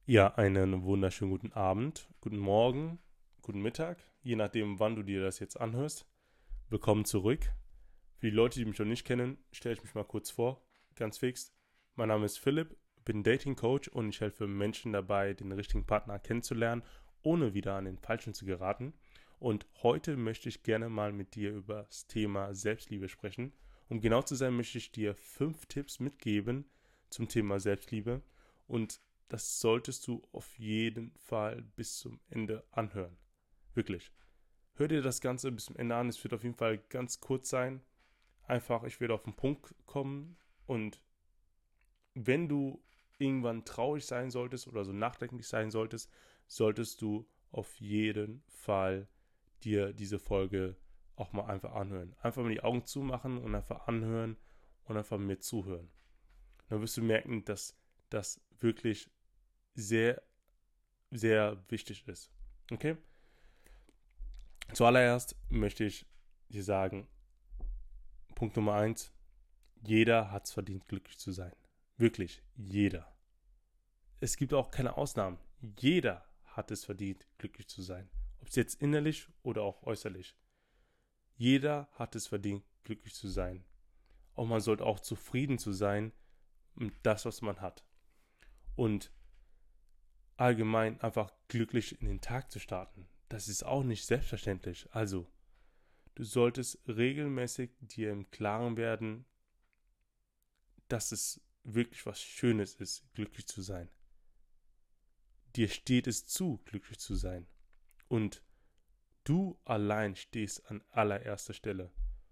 Ja, einen wunderschönen guten Abend, guten Morgen, guten Mittag, je nachdem, wann du dir das jetzt anhörst. Willkommen zurück. Für die Leute, die mich noch nicht kennen, stelle ich mich mal kurz vor, ganz fix. Mein Name ist Philipp, bin Dating Coach und ich helfe Menschen dabei, den richtigen Partner kennenzulernen, ohne wieder an den falschen zu geraten. Und heute möchte ich gerne mal mit dir über das Thema Selbstliebe sprechen. Um genau zu sein, möchte ich dir 5 Tipps mitgeben zum Thema Selbstliebe und das solltest du auf jeden Fall bis zum Ende anhören. Wirklich. Hör dir das Ganze bis zum Ende an. Es wird auf jeden Fall ganz kurz sein. Einfach, ich werde auf den Punkt kommen. Und wenn du irgendwann traurig sein solltest oder so nachdenklich sein solltest, solltest du auf jeden Fall dir diese Folge auch mal einfach anhören. Einfach mal die Augen zumachen und einfach anhören und einfach mir zuhören. Dann wirst du merken, dass das wirklich sehr, sehr wichtig ist. Okay? Zuallererst möchte ich dir sagen, Punkt Nummer eins: jeder hat es verdient, glücklich zu sein. Wirklich, jeder. Es gibt auch keine Ausnahmen. Jeder hat es verdient, glücklich zu sein. Ob es jetzt innerlich oder auch äußerlich. Jeder hat es verdient, glücklich zu sein. Und man sollte auch zufrieden zu sein mit das, was man hat. Und allgemein einfach glücklich in den Tag zu starten. Das ist auch nicht selbstverständlich. Also, du solltest regelmäßig dir im Klaren werden, dass es wirklich was Schönes ist, glücklich zu sein. Dir steht es zu, glücklich zu sein. Und du allein stehst an allererster Stelle.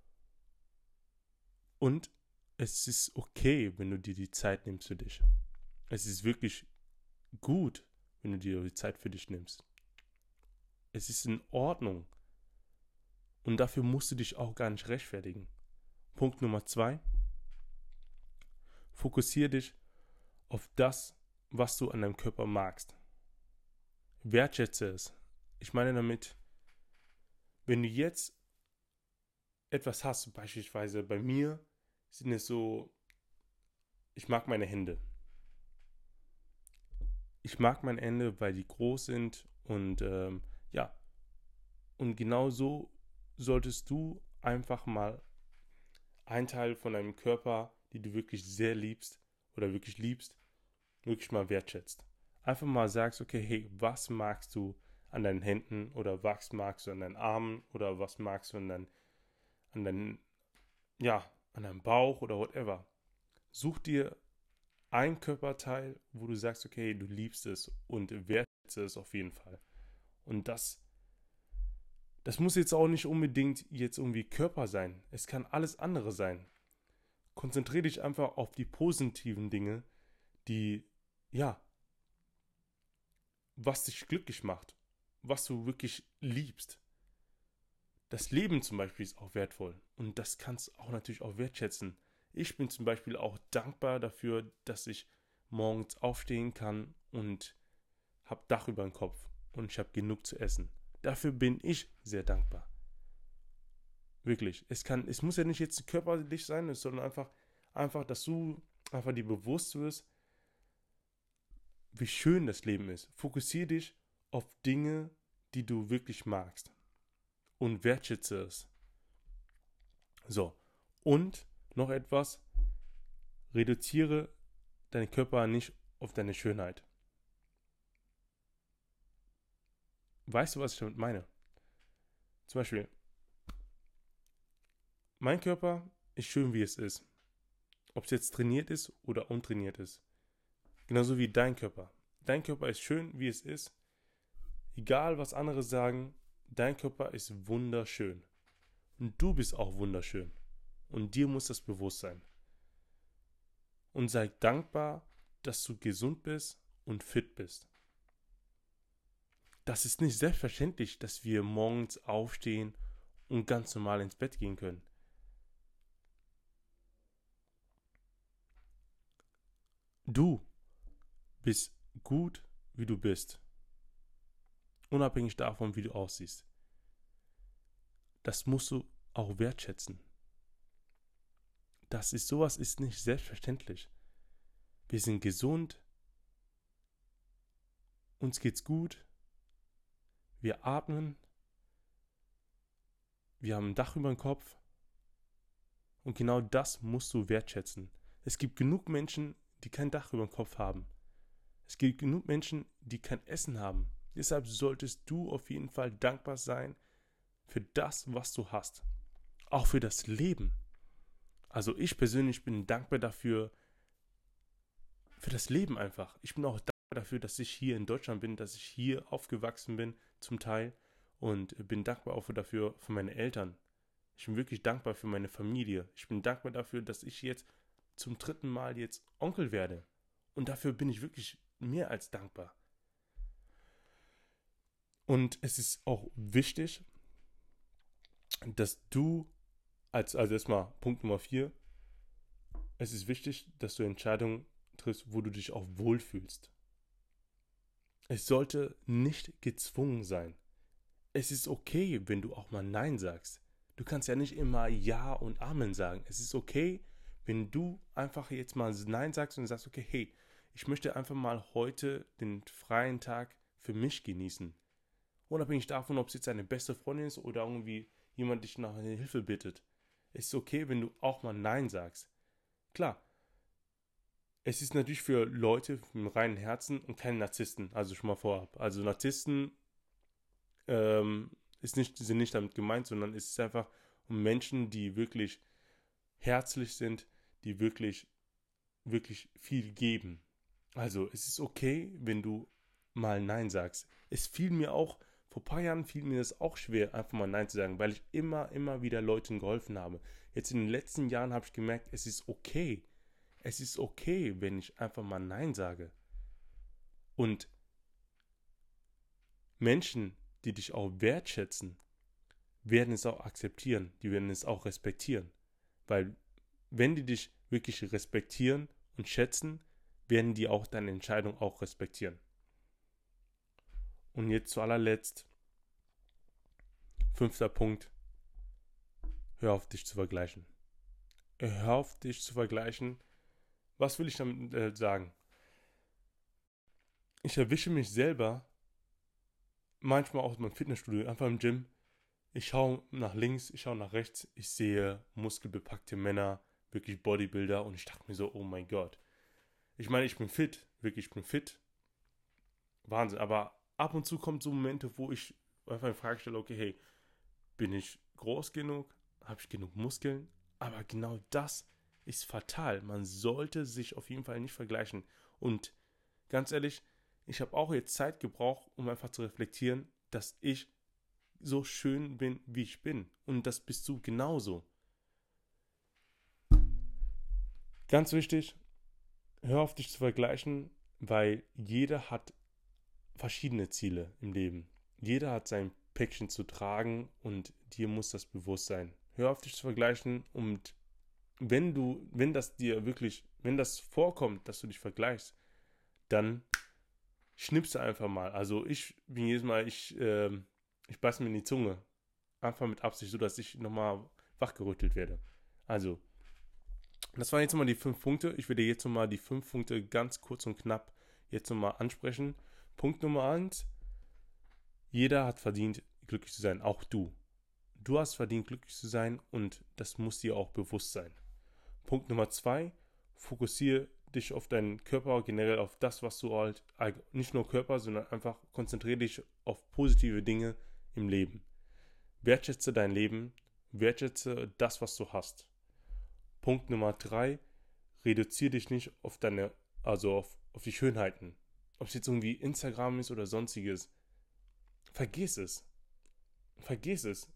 Und es ist okay, wenn du dir die Zeit nimmst für dich. Es ist wirklich gut, wenn du dir die Zeit für dich nimmst. Es ist in Ordnung. Und dafür musst du dich auch gar nicht rechtfertigen. Punkt Nummer 2: fokussiere dich auf das, was du an deinem Körper magst. Wertschätze es. Ich meine damit, wenn du jetzt etwas hast, beispielsweise bei mir sind es so, ich mag meine Hände. Ich mag meine Hände, weil die groß sind und ja, und genau so solltest du einfach mal einen Teil von deinem Körper, die du wirklich sehr liebst oder wirklich liebst, wirklich mal wertschätzt. Einfach mal sagst, okay, hey, was magst du an deinen Händen oder was magst du an deinen Armen oder was magst du an deinen, ja, an deinem Bauch oder whatever. Such dir ein Körperteil, wo du sagst, okay, du liebst es und wertschätze es auf jeden Fall. Und das muss jetzt auch nicht unbedingt jetzt irgendwie Körper sein. Es kann alles andere sein. Konzentriere dich einfach auf die positiven Dinge, die, ja, was dich glücklich macht, was du wirklich liebst. Das Leben zum Beispiel ist auch wertvoll und das kannst du auch natürlich auch wertschätzen. Ich bin zum Beispiel auch dankbar dafür, dass ich morgens aufstehen kann und habe Dach über dem Kopf und ich habe genug zu essen. Dafür bin ich sehr dankbar. Wirklich. Es muss ja nicht jetzt körperlich sein, sondern einfach, dass du einfach dir bewusst wirst, wie schön das Leben ist. Fokussiere dich auf Dinge, die du wirklich magst und wertschätze es. So. Und noch etwas, reduziere deinen Körper nicht auf deine Schönheit. Weißt du, was ich damit meine? Zum Beispiel, mein Körper ist schön, wie es ist. Ob es jetzt trainiert ist oder untrainiert ist. Genauso wie dein Körper. Dein Körper ist schön, wie es ist. Egal, was andere sagen, dein Körper ist wunderschön. Und du bist auch wunderschön. Und dir muss das bewusst sein. Und sei dankbar, dass du gesund bist und fit bist. Das ist nicht selbstverständlich, dass wir morgens aufstehen und ganz normal ins Bett gehen können. Du bist gut, wie du bist. Unabhängig davon, wie du aussiehst. Das musst du auch wertschätzen. Sowas ist nicht selbstverständlich. Wir sind gesund, uns geht's gut, wir atmen, wir haben ein Dach über dem Kopf und genau das musst du wertschätzen. Es gibt genug Menschen, die kein Dach über dem Kopf haben. Es gibt genug Menschen, die kein Essen haben. Deshalb solltest du auf jeden Fall dankbar sein für das, was du hast. Auch für das Leben. Also ich persönlich bin dankbar dafür, für das Leben einfach. Ich bin auch dankbar dafür, dass ich hier in Deutschland bin, dass ich hier aufgewachsen bin, zum Teil. Und bin dankbar auch dafür für meine Eltern. Ich bin wirklich dankbar für meine Familie. Ich bin dankbar dafür, dass ich jetzt zum 3. Mal jetzt Onkel werde. Und dafür bin ich wirklich mehr als dankbar. Und es ist auch wichtig, dass du, also erstmal Punkt Nummer 4, es ist wichtig, dass du Entscheidungen triffst, wo du dich auch wohlfühlst. Es sollte nicht gezwungen sein. Es ist okay, wenn du auch mal Nein sagst. Du kannst ja nicht immer Ja und Amen sagen. Es ist okay, wenn du einfach jetzt mal Nein sagst und sagst, okay, hey, ich möchte einfach mal heute den freien Tag für mich genießen. Unabhängig davon, ob es jetzt deine beste Freundin ist oder irgendwie jemand dich nach Hilfe bittet. Es ist okay, wenn du auch mal Nein sagst. Klar, es ist natürlich für Leute mit einem reinen Herzen und keine Narzissten, also schon mal vorab. Also Narzissten sind nicht damit gemeint, sondern es ist einfach um Menschen, die wirklich herzlich sind, die wirklich, wirklich viel geben. Also es ist okay, wenn du mal Nein sagst. Vor ein paar Jahren fiel mir das auch schwer, einfach mal Nein zu sagen, weil ich immer wieder Leuten geholfen habe. Jetzt in den letzten Jahren habe ich gemerkt, es ist okay. Es ist okay, wenn ich einfach mal Nein sage. Und Menschen, die dich auch wertschätzen, werden es auch akzeptieren, die werden es auch respektieren. Weil wenn die dich wirklich respektieren und schätzen, werden die auch deine Entscheidung auch respektieren. Und jetzt zu allerletzt, 5. Punkt, hör auf dich zu vergleichen. Hör auf dich zu vergleichen. Was will ich damit sagen? Ich erwische mich selber manchmal auch im Fitnessstudio, einfach im Gym. Ich schaue nach links, ich schaue nach rechts, ich sehe muskelbepackte Männer, wirklich Bodybuilder und ich dachte mir so, oh mein Gott. Ich meine, ich bin fit, wirklich, ich bin fit. Wahnsinn, aber ab und zu kommen so Momente, wo ich einfach in Frage stelle, okay, hey, bin ich groß genug? Habe ich genug Muskeln? Aber genau das ist fatal. Man sollte sich auf jeden Fall nicht vergleichen. Und ganz ehrlich, ich habe auch jetzt Zeit gebraucht, um einfach zu reflektieren, dass ich so schön bin, wie ich bin. Und das bist du genauso. Ganz wichtig, hör auf dich zu vergleichen, weil jeder hat verschiedene Ziele im Leben. Jeder hat sein Päckchen zu tragen und dir muss das bewusst sein. Hör auf dich zu vergleichen und wenn das vorkommt, dass du dich vergleichst, dann schnippst du einfach mal. Also ich bin jedes Mal, ich beiß mir in die Zunge. Einfach mit Absicht, so dass ich nochmal wachgerüttelt werde. Also, das waren jetzt nochmal die 5 Punkte. Ich werde jetzt nochmal die 5 Punkte ganz kurz und knapp jetzt nochmal ansprechen. Punkt Nummer 1. Jeder hat verdient, glücklich zu sein, auch du. Du hast verdient, glücklich zu sein und das muss dir auch bewusst sein. Punkt Nummer 2. Fokussiere dich auf deinen Körper, generell auf das, was du halt, nicht nur Körper, sondern einfach konzentriere dich auf positive Dinge im Leben. Wertschätze dein Leben, wertschätze das, was du hast. Punkt Nummer 3, reduziere dich nicht auf auf die Schönheiten. Ob es jetzt irgendwie Instagram ist oder sonstiges. Vergiss es. Vergiss es.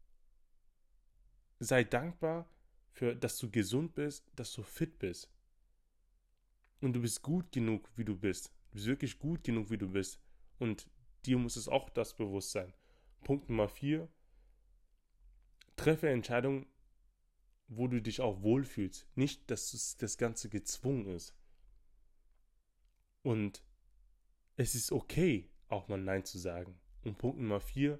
Sei dankbar dass du gesund bist, dass du fit bist. Und du bist gut genug, wie du bist. Du bist wirklich gut genug, wie du bist. Und dir muss es auch das bewusst sein. Punkt Nummer 4. Treffe Entscheidungen, wo du dich auch wohlfühlst. Nicht, dass das Ganze gezwungen ist. Und es ist okay, auch mal Nein zu sagen. Und Punkt Nummer 4.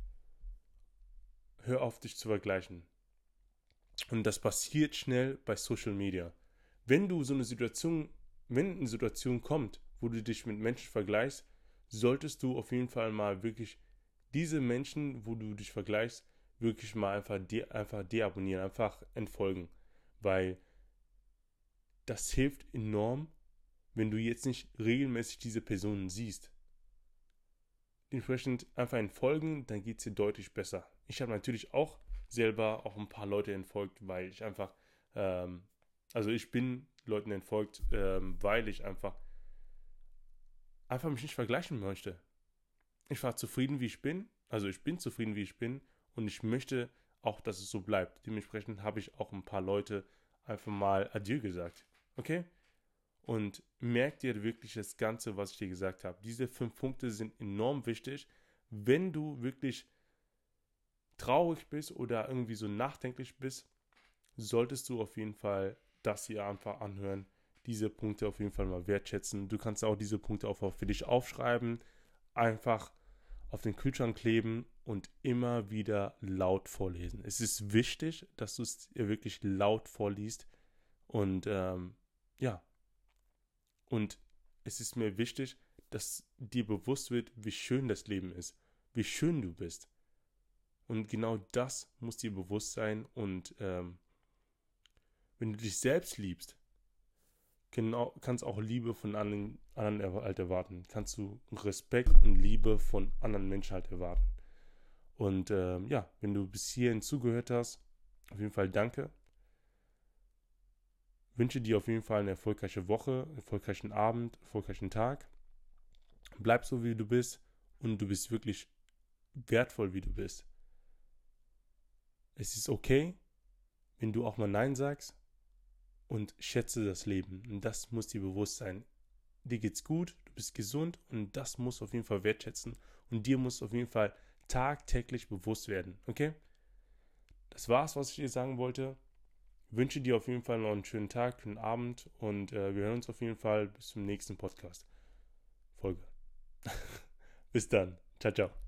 Hör auf, dich zu vergleichen. Und das passiert schnell bei Social Media. Wenn eine Situation kommt, wo du dich mit Menschen vergleichst, solltest du auf jeden Fall mal wirklich diese Menschen, wo du dich vergleichst, wirklich mal einfach deabonnieren, einfach entfolgen. Weil das hilft enorm, wenn du jetzt nicht regelmäßig diese Personen siehst. Dementsprechend einfach entfolgen, dann geht es dir deutlich besser. Ich habe natürlich auch selber auch ein paar Leute entfolgt, weil ich einfach, also ich bin Leuten entfolgt, weil ich einfach mich nicht vergleichen möchte. Ich war zufrieden, wie ich bin, also ich bin zufrieden, wie ich bin und ich möchte auch, dass es so bleibt. Dementsprechend habe ich auch ein paar Leute einfach mal Adieu gesagt. Okay? Und merk dir wirklich das Ganze, was ich dir gesagt habe. Diese 5 Punkte sind enorm wichtig. Wenn du wirklich traurig bist oder irgendwie so nachdenklich bist, solltest du auf jeden Fall das hier einfach anhören. Diese Punkte auf jeden Fall mal wertschätzen. Du kannst auch diese Punkte auch für dich aufschreiben. Einfach auf den Kühlschrank kleben und immer wieder laut vorlesen. Es ist wichtig, dass du es wirklich laut vorliest. Und ja, und es ist mir wichtig, dass dir bewusst wird, wie schön das Leben ist, wie schön du bist. Und genau das muss dir bewusst sein. Und wenn du dich selbst liebst, genau, kannst auch Liebe von anderen halt erwarten. Kannst du Respekt und Liebe von anderen Menschen halt erwarten. Und ja, wenn du bis hierhin zugehört hast, auf jeden Fall danke. Wünsche dir auf jeden Fall eine erfolgreiche Woche, erfolgreichen Abend, erfolgreichen Tag. Bleib so, wie du bist und du bist wirklich wertvoll, wie du bist. Es ist okay, wenn du auch mal Nein sagst und schätze das Leben. Und das muss dir bewusst sein. Dir geht's gut, du bist gesund und das musst du auf jeden Fall wertschätzen und dir muss auf jeden Fall tagtäglich bewusst werden. Okay? Das war's, was ich dir sagen wollte. Wünsche dir auf jeden Fall noch einen schönen Tag, schönen Abend und wir hören uns auf jeden Fall bis zum nächsten Podcast-Folge. Bis dann. Ciao, ciao.